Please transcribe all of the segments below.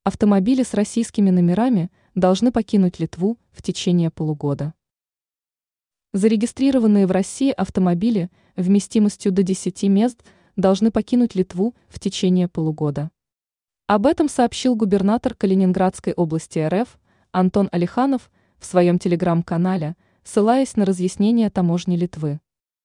Автомобили с российскими номерами должны покинуть Литву в течение полугода. Зарегистрированные в России автомобили вместимостью до 10 мест должны покинуть Литву в течение полугода. Об этом сообщил губернатор Калининградской области РФ Антон Алиханов в своем телеграм-канале, ссылаясь на разъяснение таможни Литвы.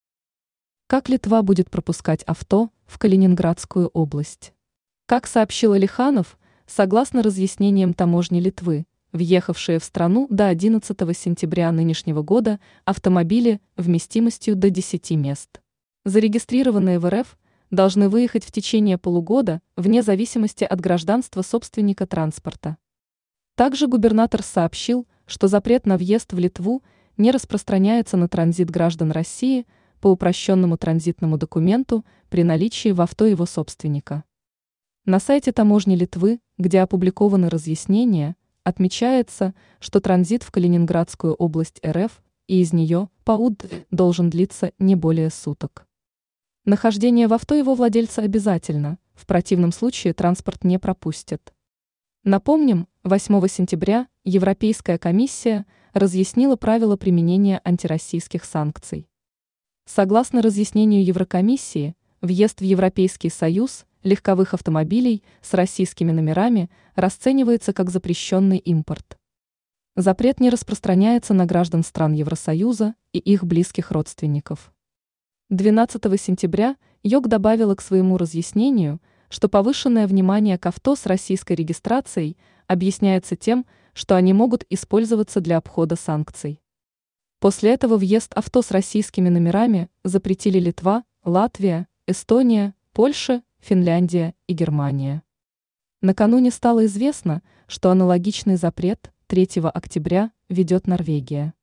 Как Литва будет пропускать авто в Калининградскую область? Как сообщил Алиханов, согласно разъяснениям таможни Литвы, въехавшие в страну до 11 сентября нынешнего года автомобили вместимостью до 10 мест, зарегистрированные в РФ, должны выехать в течение полугода вне зависимости от гражданства собственника транспорта. Также губернатор сообщил, что запрет на въезд в Литву не распространяется на транзит граждан России по упрощенному транзитному документу при наличии в авто его собственника. На сайте таможни Литвы, где опубликованы разъяснения, отмечается, что транзит в Калининградскую область РФ и из нее по УД должен длиться не более суток. Нахождение в авто его владельца обязательно, в противном случае транспорт не пропустят. Напомним, 8 сентября Европейская комиссия разъяснила правила применения антироссийских санкций. Согласно разъяснению Еврокомиссии, въезд в Европейский Союз легковых автомобилей с российскими номерами расценивается как запрещенный импорт. Запрет не распространяется на граждан стран Евросоюза и их близких родственников. 12 сентября ЙОК добавила к своему разъяснению, что повышенное внимание к авто с российской регистрацией объясняется тем, что они могут использоваться для обхода санкций. После этого въезд авто с российскими номерами запретили Литва, Латвия, Эстония, Польша, Финляндия и Германия. Накануне стало известно, что аналогичный запрет 3 октября ведет Норвегия.